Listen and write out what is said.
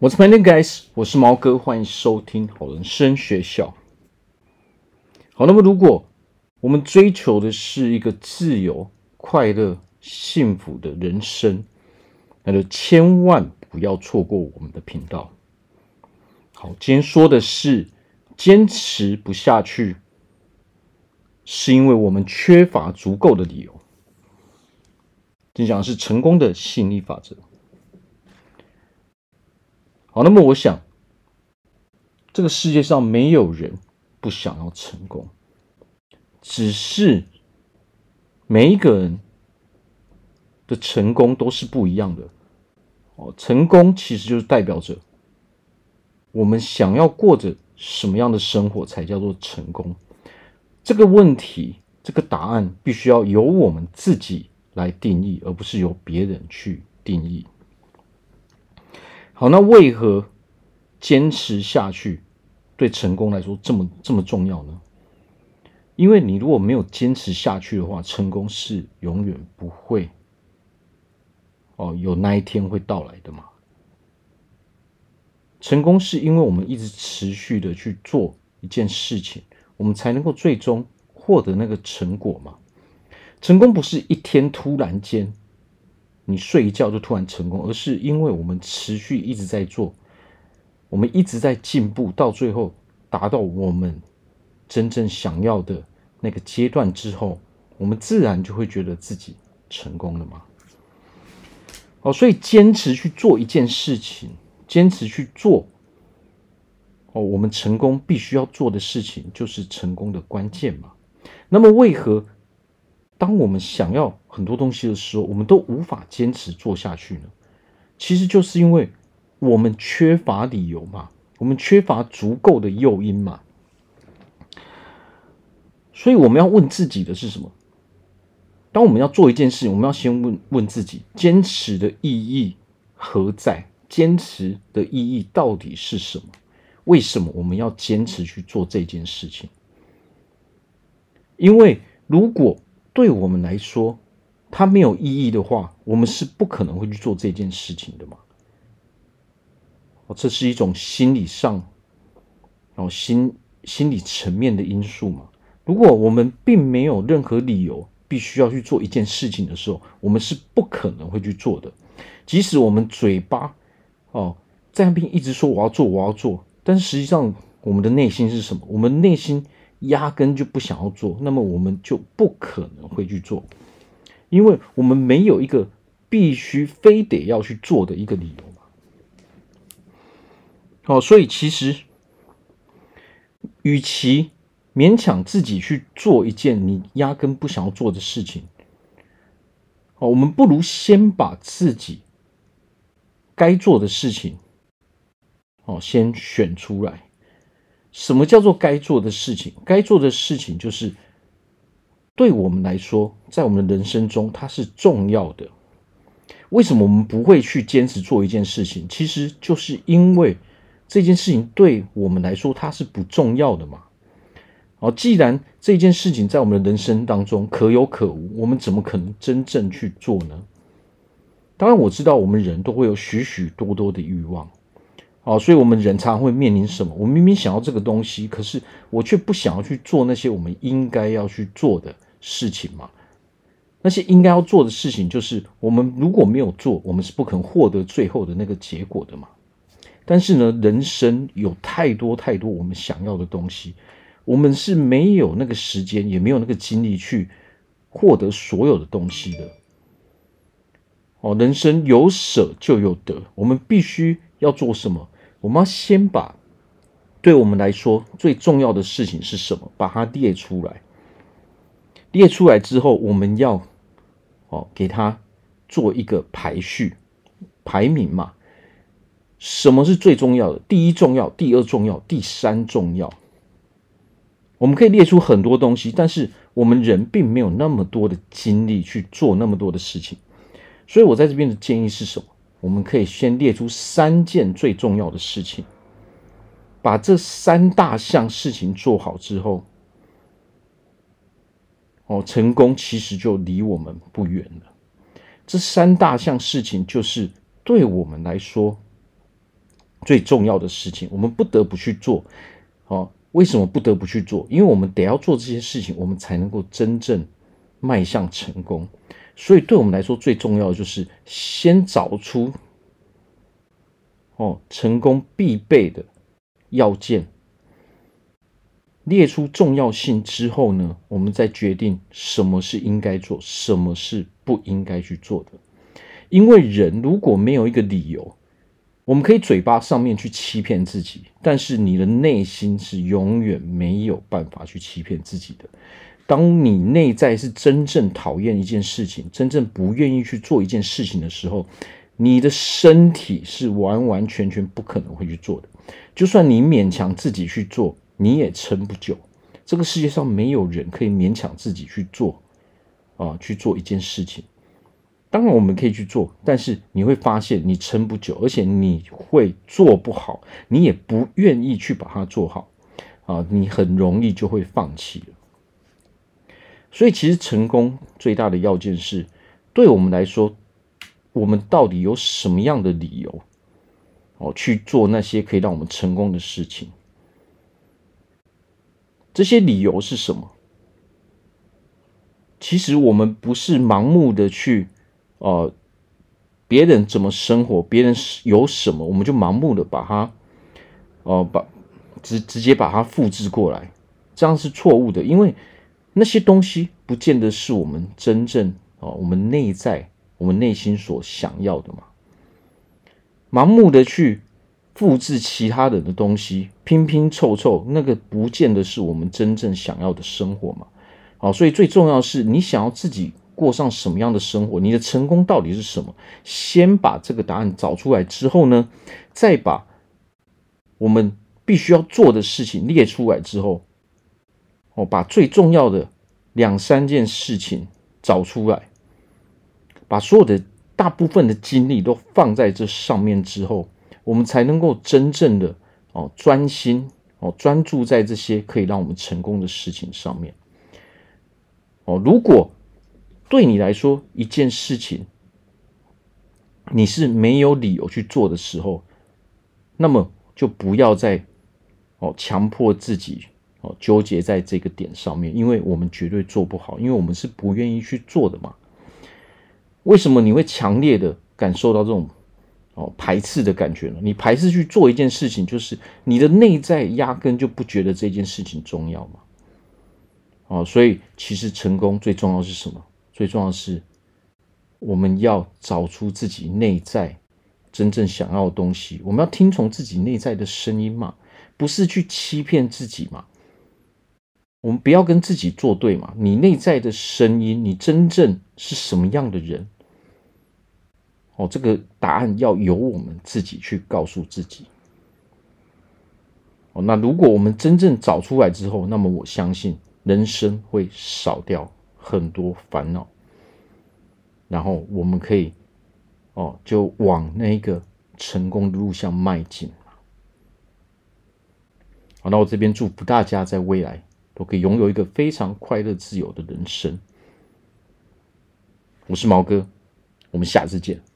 What's my name, guys？ 我是毛哥，欢迎收听好人生学校。好，那么如果我们追求的是一个自由、快乐、幸福的人生，那就千万不要错过我们的频道。好，今天说的是坚持不下去，是因为我们缺乏足够的理由。今天讲的是成功的吸引力法则。好，那么我想，这个世界上没有人不想要成功，只是每一个人的成功都是不一样的。成功其实就是代表着我们想要过着什么样的生活才叫做成功。这个问题，这个答案必须要由我们自己来定义，而不是由别人去定义。好，那为何坚持下去对成功来说这么重要呢？因为你如果没有坚持下去的话，成功是永远不会有那一天会到来的嘛。成功是因为我们一直持续的去做一件事情，我们才能够最终获得那个成果嘛。成功不是一天突然间你睡一觉就突然成功，而是因为我们持续一直在做，我们一直在进步，到最后达到我们真正想要的那个阶段之后，我们自然就会觉得自己成功了嘛。所以坚持去做一件事情，坚持去做我们成功必须要做的事情，就是成功的关键嘛。那么为何当我们想要很多东西的时候，我们都无法坚持做下去呢？其实就是因为我们缺乏理由嘛，我们缺乏足够的诱因嘛。所以我们要问自己的是什么？当我们要做一件事情，我们要先问自己，坚持的意义何在？坚持的意义到底是什么？为什么我们要坚持去做这件事情？因为如果对我们来说它没有意义的话，我们是不可能会去做这件事情的嘛。这是一种心理上心理层面的因素嘛。如果我们并没有任何理由必须要去做一件事情的时候，我们是不可能会去做的。即使我们嘴巴在那边一直说我要做，但是实际上我们的内心是什么？我们内心压根就不想要做，那么我们就不可能会去做，因为我们没有一个必须非得要去做的一个理由嘛。所以其实与其勉强自己去做一件你压根不想要做的事情，我们不如先把自己该做的事情先选出来。什么叫做该做的事情？该做的事情就是对我们来说，在我们的人生中它是重要的。为什么我们不会去坚持做一件事情？其实就是因为这件事情对我们来说它是不重要的嘛。既然这件事情在我们的人生当中可有可无，我们怎么可能真正去做呢？当然我知道我们人都会有许许多多的欲望，所以我们人常常会面临什么？我明明想要这个东西，可是我却不想要去做那些我们应该要去做的事情嘛。那些应该要做的事情，就是我们如果没有做，我们是不可能获得最后的那个结果的嘛。但是呢，人生有太多太多我们想要的东西，我们是没有那个时间，也没有那个精力去获得所有的东西的。人生有舍就有得，我们必须要做什么？我们要先把对我们来说最重要的事情是什么，把它列出来。列出来之后，我们要给它做一个排序、排名嘛。什么是最重要的？第一重要，第二重要，第三重要。我们可以列出很多东西，但是我们人并没有那么多的精力去做那么多的事情。所以我在这边的建议是什么？我们可以先列出3件最重要的事情，把这3大项事情做好之后，成功其实就离我们不远了。这3大项事情就是对我们来说最重要的事情，我们不得不去做。为什么不得不去做？因为我们得要做这些事情，我们才能够真正迈向成功。所以对我们来说，最重要的就是先找出成功必备的要件，列出重要性之后呢，我们再决定什么是应该做，什么是不应该去做的。因为人如果没有一个理由，我们可以嘴巴上面去欺骗自己，但是你的内心是永远没有办法去欺骗自己的。当你内在是真正讨厌一件事情，真正不愿意去做一件事情的时候，你的身体是完完全全不可能会去做的。就算你勉强自己去做，你也撑不久。这个世界上没有人可以勉强自己去做一件事情。当然我们可以去做，但是你会发现你撑不久，而且你会做不好，你也不愿意去把它做好你很容易就会放弃了。所以其实成功最大的要件是，对我们来说，我们到底有什么样的理由去做那些可以让我们成功的事情？这些理由是什么？其实我们不是盲目的去别人怎么生活，别人有什么，我们就盲目的把它直接把它复制过来，这样是错误的。因为那些东西不见得是我们真正我们内在我们内心所想要的嘛。盲目的去复制其他人的东西，拼拼凑凑，那个不见得是我们真正想要的生活嘛。所以最重要的是，你想要自己过上什么样的生活，你的成功到底是什么？先把这个答案找出来之后呢，再把我们必须要做的事情列出来之后，把最重要的2-3件事情找出来，把所有的大部分的精力都放在这上面之后，我们才能够真正的专心专注在这些可以让我们成功的事情上面。如果对你来说一件事情你是没有理由去做的时候，那么就不要再强迫自己纠结在这个点上面，因为我们绝对做不好，因为我们是不愿意去做的嘛。为什么你会强烈的感受到这种排斥的感觉呢？你排斥去做一件事情，就是你的内在压根就不觉得这件事情重要嘛。所以其实成功最重要是什么？最重要的是我们要找出自己内在真正想要的东西，我们要听从自己内在的声音嘛，不是去欺骗自己嘛。我们不要跟自己作对嘛，你内在的声音，你真正是什么样的人这个答案要由我们自己去告诉自己。那如果我们真正找出来之后，那么我相信人生会少掉很多烦恼，然后我们可以就往那个成功的路上迈进。好，那我这边祝福大家在未来都可以拥有一个非常快乐自由的人生。我是毛哥，我们下次见。